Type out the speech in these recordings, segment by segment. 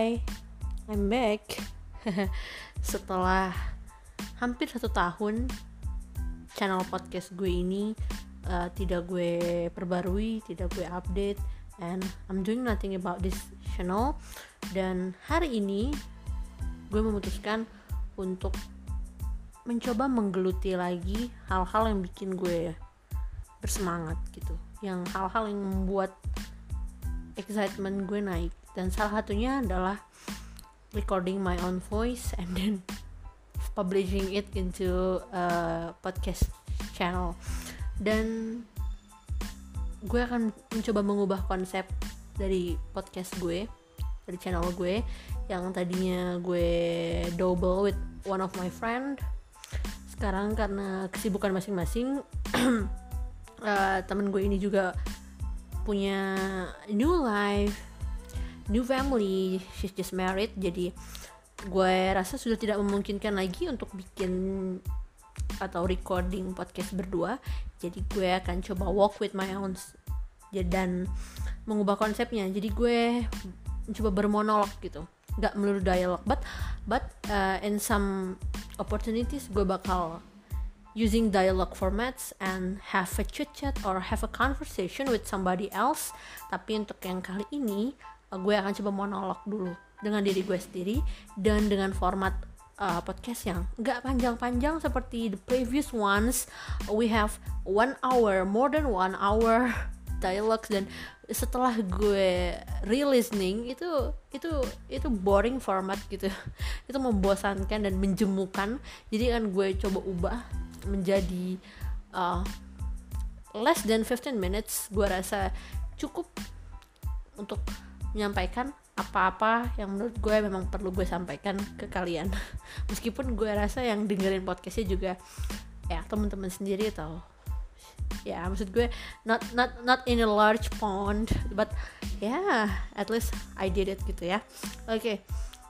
Hai, I'm back. Setelah hampir 1 tahun channel podcast gue ini tidak gue perbarui, tidak gue update, and I'm doing nothing about this channel. Dan hari ini gue memutuskan untuk mencoba menggeluti lagi hal-hal yang bikin gue bersemangat gitu, yang hal-hal yang membuat excitement gue naik. Dan salah satunya adalah recording my own voice and then publishing it into a podcast channel. Dan gue akan mencoba mengubah konsep dari podcast gue, dari channel gue yang tadinya gue double with one of my friend. Sekarang karena kesibukan masing-masing, temen gue ini juga punya new life, new family, she's just married. Jadi gue rasa sudah tidak memungkinkan lagi untuk bikin atau recording podcast berdua. Jadi gue akan coba walk with my own dan mengubah konsepnya. Jadi gue mencoba bermonolog gitu, nggak melulu dialog, but in some opportunities gue bakal using dialogue formats and have a chit chat or have a conversation with somebody else. Tapi untuk yang kali ini gue akan coba monolog dulu dengan diri gue sendiri dan dengan format podcast yang gak panjang-panjang seperti the previous ones. We have 1 hour, more than 1 hour dialogues, dan setelah gue re-listening itu boring format gitu. Itu membosankan dan menjemukan. Jadi kan gue coba ubah menjadi less than 15 minutes. Gue rasa cukup untuk menyampaikan apa-apa yang menurut gue memang perlu gue sampaikan ke kalian. Meskipun gue rasa yang dengerin podcastnya juga ya teman-teman sendiri, atau ya maksud gue not in a large pond, but yeah, at least I did it gitu ya. Oke.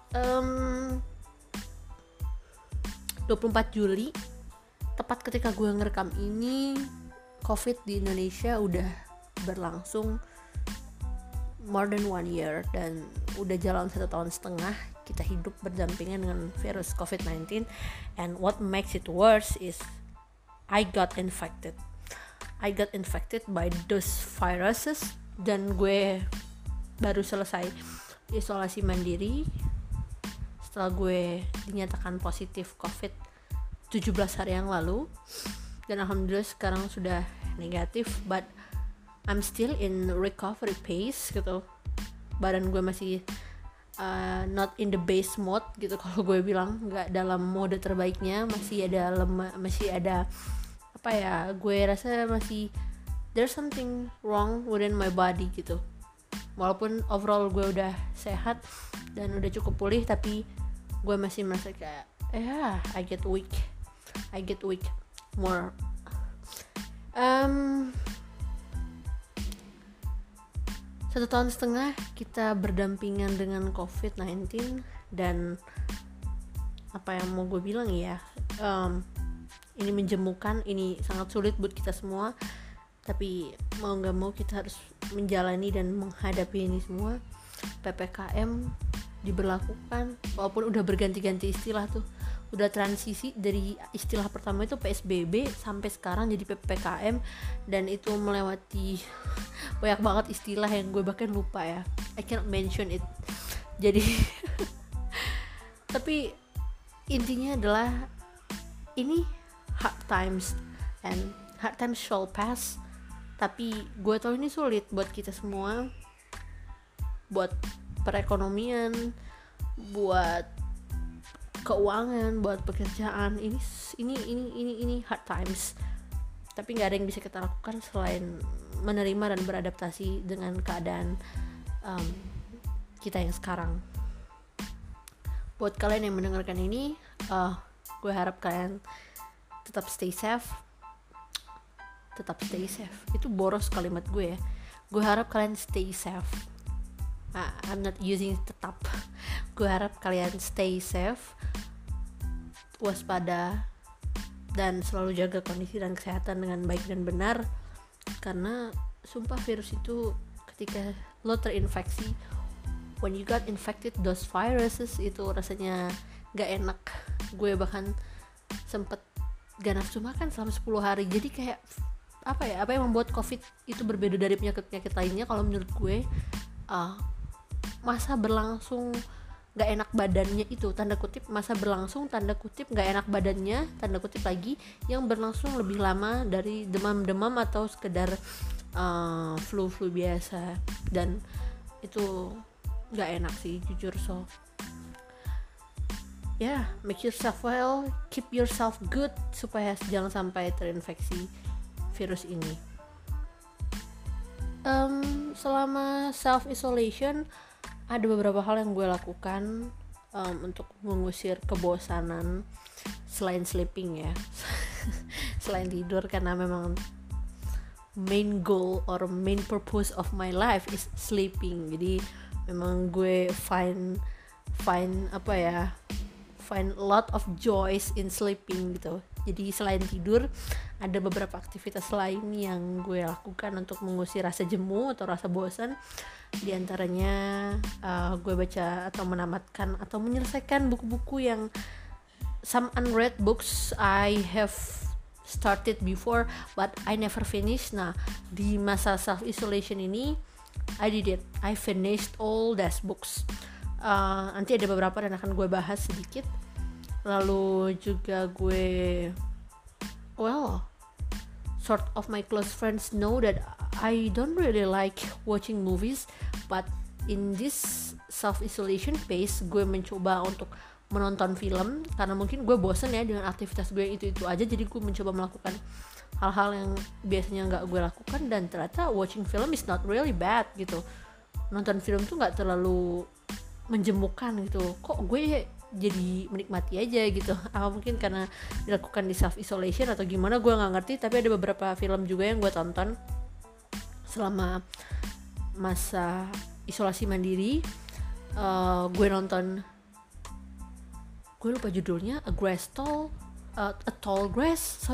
24 Juli, tepat ketika gue ngerekam ini, COVID di Indonesia udah berlangsung more than 1 year, dan udah jalan 1,5 tahun kita hidup berdampingan dengan virus COVID-19. And what makes it worse is I got infected by those viruses, dan gue baru selesai isolasi mandiri setelah gue dinyatakan positif COVID 17 hari yang lalu, dan alhamdulillah sekarang sudah negatif, but I'm still in recovery pace gitu. Badan gue masih not in the best mode gitu, kalau gue bilang nggak dalam mode terbaiknya, masih ada lemah, masih ada apa ya, gue rasa masih there's something wrong within my body gitu. Walaupun overall gue udah sehat dan udah cukup pulih, tapi gue masih merasa kayak I get weak more. 1,5 tahun kita berdampingan dengan COVID-19, dan apa yang mau gue bilang ya, ini menjemukan, ini sangat sulit buat kita semua, tapi mau gak mau kita harus menjalani dan menghadapi ini semua. PPKM diberlakukan, walaupun udah berganti-ganti istilah tuh, udah transisi dari istilah pertama itu PSBB sampai sekarang jadi PPKM, dan itu melewati banyak banget istilah yang gue bahkan lupa ya, I cannot mention it. Jadi tapi intinya adalah ini hard times, and hard times shall pass. Tapi gue tahu ini sulit buat kita semua, buat perekonomian, buat keuangan, buat pekerjaan. Ini hard times, tapi nggak ada yang bisa kita lakukan selain menerima dan beradaptasi dengan keadaan kita yang sekarang. Buat kalian yang mendengarkan ini, gue harap kalian tetap stay safe. Itu boros kalimat gue ya. Gue harap kalian stay safe. I'm not using tetap. Gue harap kalian stay safe, waspada, dan selalu jaga kondisi dan kesehatan dengan baik dan benar. Karena sumpah virus itu ketika lo terinfeksi, when you got infected those viruses itu rasanya gak enak. Gue bahkan sempet gak nafsu makan selama 10 hari. Jadi kayak apa yang membuat COVID itu berbeda dari penyakit-penyakit lainnya kalau menurut gue, masa berlangsung gak enak badannya itu, tanda kutip masa berlangsung, tanda kutip gak enak badannya, tanda kutip lagi, yang berlangsung lebih lama dari demam-demam atau sekedar flu-flu biasa. Dan itu gak enak sih jujur. So make yourself well, keep yourself good supaya jangan sampai terinfeksi virus ini. Selama self isolation ada beberapa hal yang gue lakukan untuk mengusir kebosanan selain sleeping ya. Selain tidur, karena memang main goal or main purpose of my life is sleeping. Jadi memang gue find a lot of joys in sleeping gitu. Jadi selain tidur ada beberapa aktivitas lain yang gue lakukan untuk mengusir rasa jemu atau rasa bosan. Di antaranya gue baca atau menamatkan atau menyelesaikan buku-buku yang some unread books I have started before but I never finished. Nah, di masa self isolation ini I did it. I finished all those books. Nanti ada beberapa dan akan gue bahas sedikit. Lalu juga gue sort of my close friends know that I don't really like watching movies, but in this self-isolation phase gue mencoba untuk menonton film karena mungkin gue bosen ya dengan aktivitas gue itu aja. Jadi gue mencoba melakukan hal-hal yang biasanya gak gue lakukan, dan ternyata watching film is not really bad gitu. Nonton film tuh gak terlalu menjemukan gitu. Kok gue jadi menikmati aja gitu. Apa mungkin karena dilakukan di self isolation atau gimana, gue nggak ngerti. Tapi ada beberapa film juga yang gue tonton selama masa isolasi mandiri. Gue nonton, gue lupa judulnya, A Tall Grass.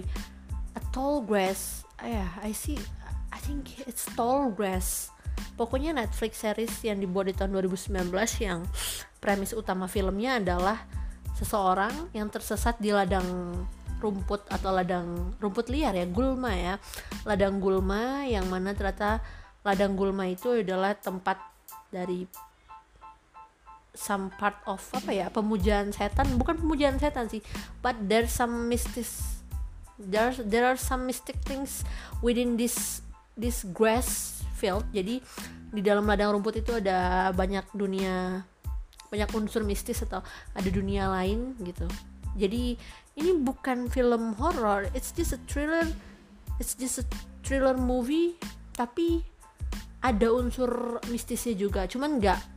I think it's Tall Grass. Pokoknya Netflix series yang dibuat di tahun 2019 yang premis utama filmnya adalah seseorang yang tersesat di ladang rumput atau ladang rumput liar ya, gulma ya. Ladang gulma yang mana ternyata ladang gulma itu adalah tempat dari some part of pemujaan setan, bukan pemujaan setan sih, but there are some mystic things within this grass field. Jadi di dalam ladang rumput itu ada banyak unsur mistis atau ada dunia lain gitu. Jadi ini bukan film horror, it's just a thriller movie, tapi ada unsur mistisnya juga. Cuman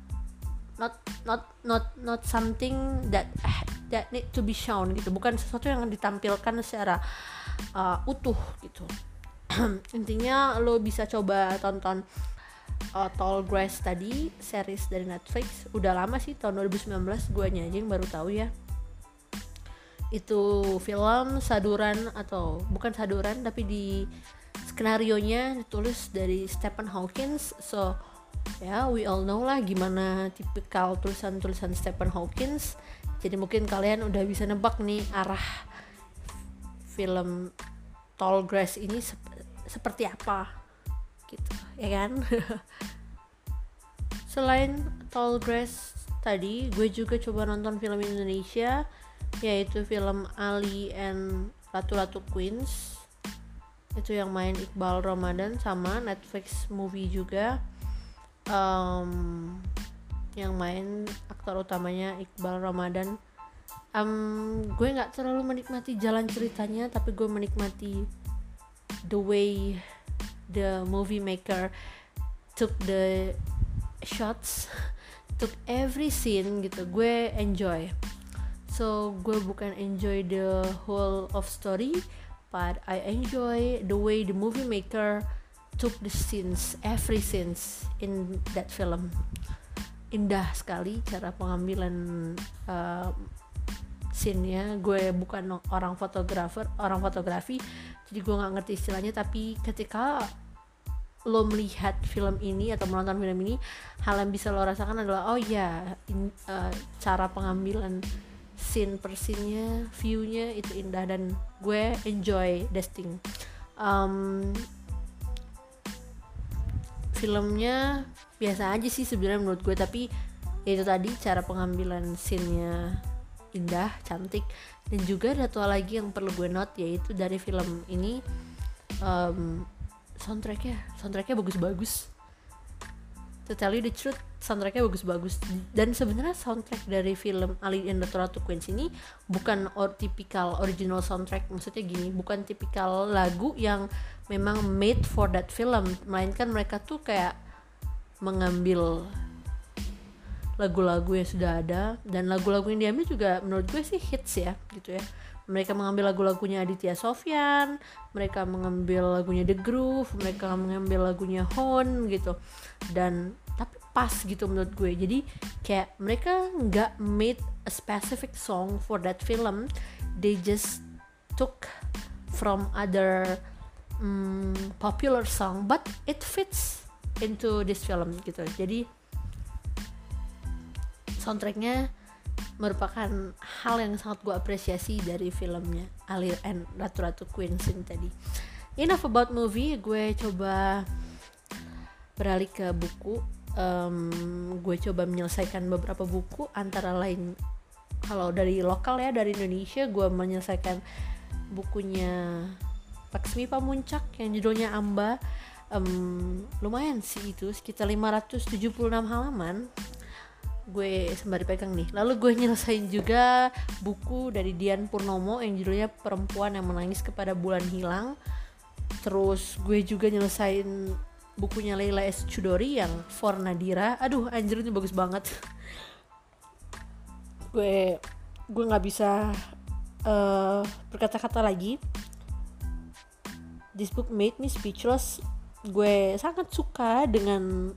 not something that need to be shown gitu. Bukan sesuatu yang ditampilkan secara utuh gitu. Intinya lo bisa coba tonton Tall Grass tadi, series dari Netflix. Udah lama sih, tahun 2019, gue aja yang baru tahu ya. Itu film saduran, atau bukan saduran tapi di skenarionya ditulis dari Stephen Hawking. So we all know lah gimana tipikal tulisan-tulisan Stephen Hawking. Jadi mungkin kalian udah bisa nebak nih arah film Tall Grass ini seperti apa gitu, ya kan? Selain Tall Grass tadi, gue juga coba nonton film Indonesia, yaitu film Ali and Ratu-Ratu Queens. Itu yang main Iqbal Ramadan, sama Netflix movie juga yang main aktor utamanya Iqbal Ramadan. Gue nggak terlalu menikmati jalan ceritanya, tapi gue menikmati the way the movie maker took the shots, took every scene gitu. Gue enjoy. So gue bukan enjoy the whole of story, but I enjoy the way the movie maker took the scenes, every scenes in that film. Indah sekali cara pengambilan scene-nya. Gue bukan orang fotografi, jadi gue nggak ngerti istilahnya, tapi ketika lo melihat film ini atau menonton film ini, hal yang bisa lo rasakan adalah oh ya, cara pengambilan scene per scene-nya, view-nya itu indah dan gue enjoy this thing. Filmnya biasa aja sih sebenarnya menurut gue, tapi ya itu tadi cara pengambilan scene-nya indah, cantik. Dan juga ada satu lagi yang perlu gue note, yaitu dari film ini soundtracknya bagus-bagus. To tell you the truth, soundtracknya bagus-bagus. Dan sebenarnya soundtrack dari film Ali and the Ratu Queens ini bukan typical original soundtrack. Maksudnya gini, bukan tipikal lagu yang memang made for that film, melainkan mereka tuh kayak mengambil lagu-lagu yang sudah ada, dan lagu-lagu yang diambil juga menurut gue sih hits ya gitu ya. Mereka mengambil lagu-lagunya Aditya Sofyan, mereka mengambil lagunya The Groove, mereka mengambil lagunya Hon gitu, dan tapi pas gitu menurut gue. Jadi kayak mereka nggak made a specific song for that film, they just took from other popular song but it fits into this film gitu. Jadi soundtracknya merupakan hal yang sangat gue apresiasi dari filmnya Ali and Ratu Queens ini tadi. Enough about movie, gue coba beralih ke buku. Gue coba menyelesaikan beberapa buku, antara lain kalau dari lokal ya, dari Indonesia gue menyelesaikan bukunya Laksmi Pamuncak yang judulnya Amba. Lumayan sih itu, sekitar 576 halaman. Gue sembari pegang nih. Lalu gue nyelesain juga buku dari Dian Purnomo yang judulnya Perempuan yang Menangis Kepada Bulan Hilang. Terus gue juga nyelesain bukunya Leila S. Chudori yang For Nadira. Aduh anjir, ini bagus banget. gue nggak bisa berkata-kata lagi. This book made me speechless. Gue sangat suka dengan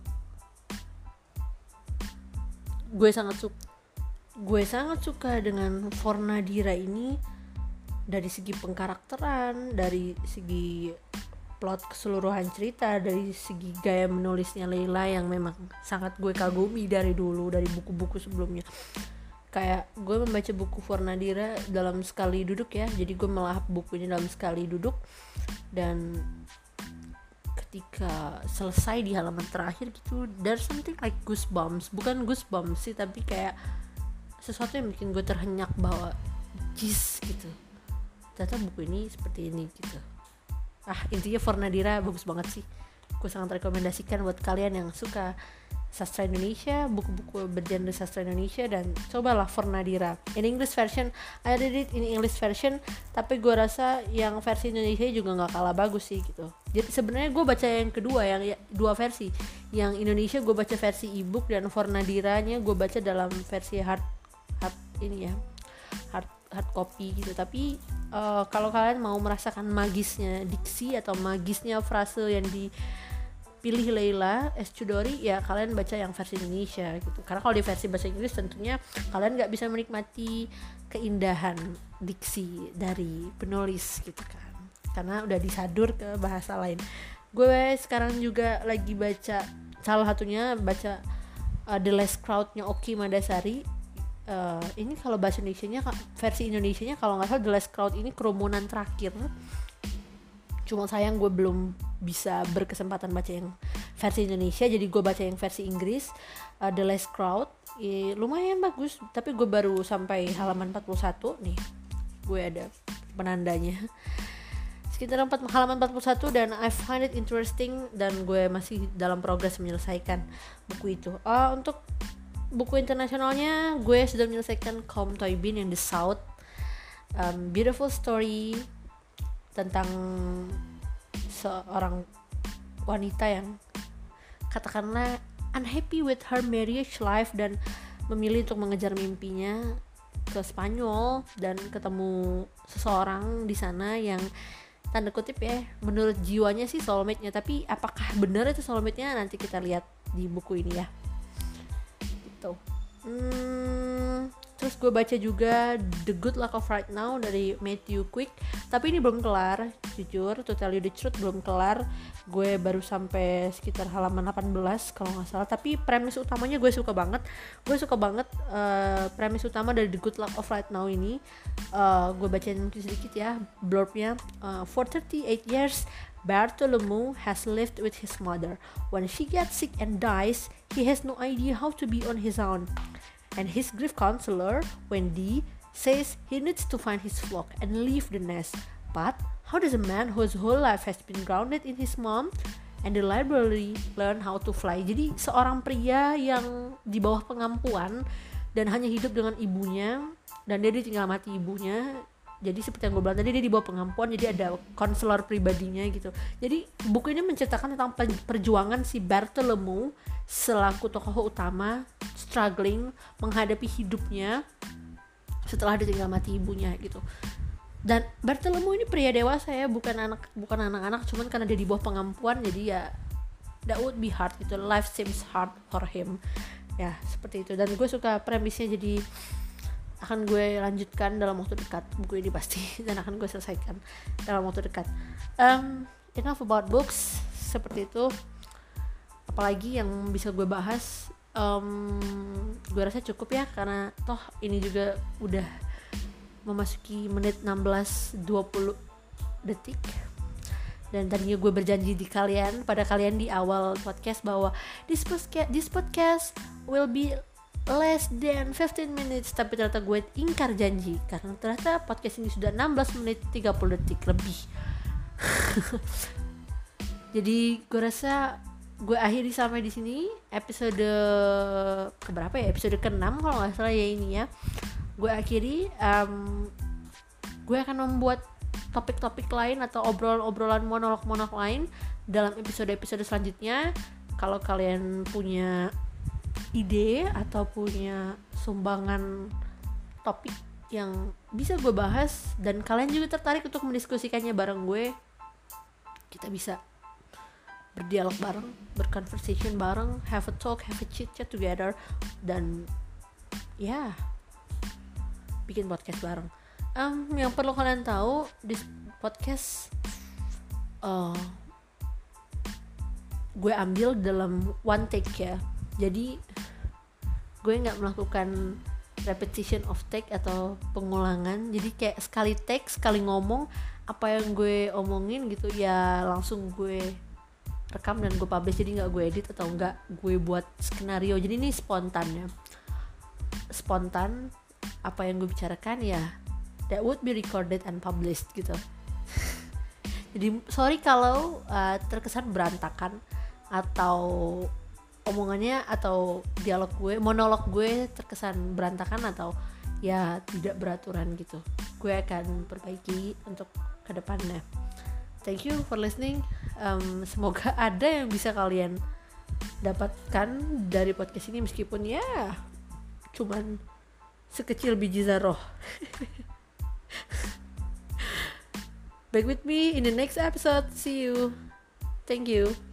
For Nadira ini dari segi pengkarakteran, dari segi plot keseluruhan cerita, dari segi gaya menulisnya Leila yang memang sangat gue kagumi dari dulu, dari buku-buku sebelumnya. Kayak gue membaca buku For Nadira dalam sekali duduk ya, jadi gue melahap bukunya dalam sekali duduk, dan ketika selesai di halaman terakhir gitu, there's something like goosebumps. Bukan goosebumps sih, tapi kayak sesuatu yang bikin gue terhenyak bahwa jis gitu, ternyata buku ini seperti ini gitu. Intinya For Nadira bagus banget sih. Gue sangat rekomendasikan buat kalian yang suka sastra Indonesia, buku-buku bergenre sastra Indonesia, dan cobalah For Nadira. In English version, I read it in English version, tapi gue rasa yang versi Indonesia juga nggak kalah bagus sih gitu. Jadi sebenarnya gue baca yang kedua, yang dua versi. Yang Indonesia gue baca versi ebook, dan For Nadiranya gue baca dalam versi hard copy gitu. Tapi kalau kalian mau merasakan magisnya diksi atau magisnya frase yang dipilih Leila S. Chudori, ya kalian baca yang versi Indonesia gitu. Karena kalau di versi bahasa Inggris tentunya kalian nggak bisa menikmati keindahan diksi dari penulis gitu kan, karena udah disadur ke bahasa lain. Gue sekarang juga lagi baca, salah satunya baca The Last Crowd-nya Oki Madasari. Ini kalau bahasa Indonesianya, versi Indonesianya kalau nggak salah The Last Crowd ini kerumunan terakhir. Cuma sayang gue belum bisa berkesempatan baca yang versi Indonesia, jadi gue baca yang versi Inggris. The Last Crowd lumayan bagus, tapi gue baru sampai halaman 41 nih. Gue ada penandanya sekitar halaman 41, dan I find it interesting, dan gue masih dalam progres menyelesaikan buku itu. Untuk buku internasionalnya gue sudah menyelesaikan Kaum Toibin yang The South. Beautiful story tentang seorang wanita yang katakanlah unhappy with her marriage life dan memilih untuk mengejar mimpinya ke Spanyol dan ketemu seseorang di sana yang tanda kutip ya, menurut jiwanya sih soulmate-nya, tapi apakah benar itu soulmate-nya, nanti kita lihat di buku ini ya gitu. Terus gue baca juga The Good Luck of Right Now dari Matthew Quick. Tapi ini belum kelar, jujur, to tell you the truth, belum kelar. Gue baru sampai sekitar halaman 18 kalau nggak salah. Tapi premis utamanya gue suka banget. Premis utama dari The Good Luck of Right Now ini. Gue bacain sedikit ya blurbnya. For 38 years Bartholomew has lived with his mother. When she gets sick and dies, he has no idea how to be on his own. And his grief counselor, Wendy, says he needs to find his flock and leave the nest. But how does a man whose whole life has been grounded in his mom and the library learn how to fly? Jadi seorang pria yang di bawah pengampuan dan hanya hidup dengan ibunya, dan dia ditinggal mati ibunya. Jadi seperti yang gue bilang tadi, dia di bawah pengampuan, jadi ada konselor pribadinya gitu. Jadi buku ini menceritakan tentang perjuangan si Bartholomew selaku tokoh utama struggling menghadapi hidupnya setelah ditinggal mati ibunya gitu. Dan Bartholomew ini pria dewasa ya, bukan anak-anak, cuman karena dia di bawah pengampuan jadi ya that would be hard gitu. Life seems hard for him. Ya, seperti itu. Dan gue suka premisnya, jadi akan gue lanjutkan dalam waktu dekat buku ini pasti, dan akan gue selesaikan dalam waktu dekat. Enough about books, seperti itu. Apalagi yang bisa gue bahas, gue rasa cukup ya, karena toh ini juga udah memasuki menit 16-20 detik. Dan tadinya gue berjanji pada kalian di awal podcast bahwa this podcast will be less than 15 minutes, tapi ternyata gue ingkar janji karena ternyata podcast ini sudah 16 menit 30 detik lebih. Jadi gue rasa gue akhiri sampai di sini episode keberapa ya? Episode ke-6 kalau nggak salah ya ini ya. Gue akhiri. Gue akan membuat topik-topik lain atau obrolan monolog lain dalam episode-episode selanjutnya. Kalau kalian punya ide atau punya sumbangan topik yang bisa gue bahas dan kalian juga tertarik untuk mendiskusikannya bareng gue, kita bisa berdialog bareng, berconversation bareng, have a talk, have a chit chat together, dan ya bikin podcast bareng. Yang perlu kalian tahu, di podcast gue ambil dalam one take ya. Jadi gue nggak melakukan repetition of take atau pengulangan. Jadi kayak sekali take, sekali ngomong apa yang gue omongin gitu ya, langsung gue rekam dan gue publish. Jadi nggak gue edit atau nggak gue buat skenario. Jadi ini spontan apa yang gue bicarakan ya, that would be recorded and published gitu. Jadi sorry kalau terkesan berantakan atau omongannya atau monolog gue terkesan berantakan atau ya tidak beraturan gitu. Gue akan perbaiki untuk kedepannya. Thank you for listening. Semoga ada yang bisa kalian dapatkan dari podcast ini, meskipun ya cuman sekecil biji zarah. Back with me in the next episode. See you. Thank you.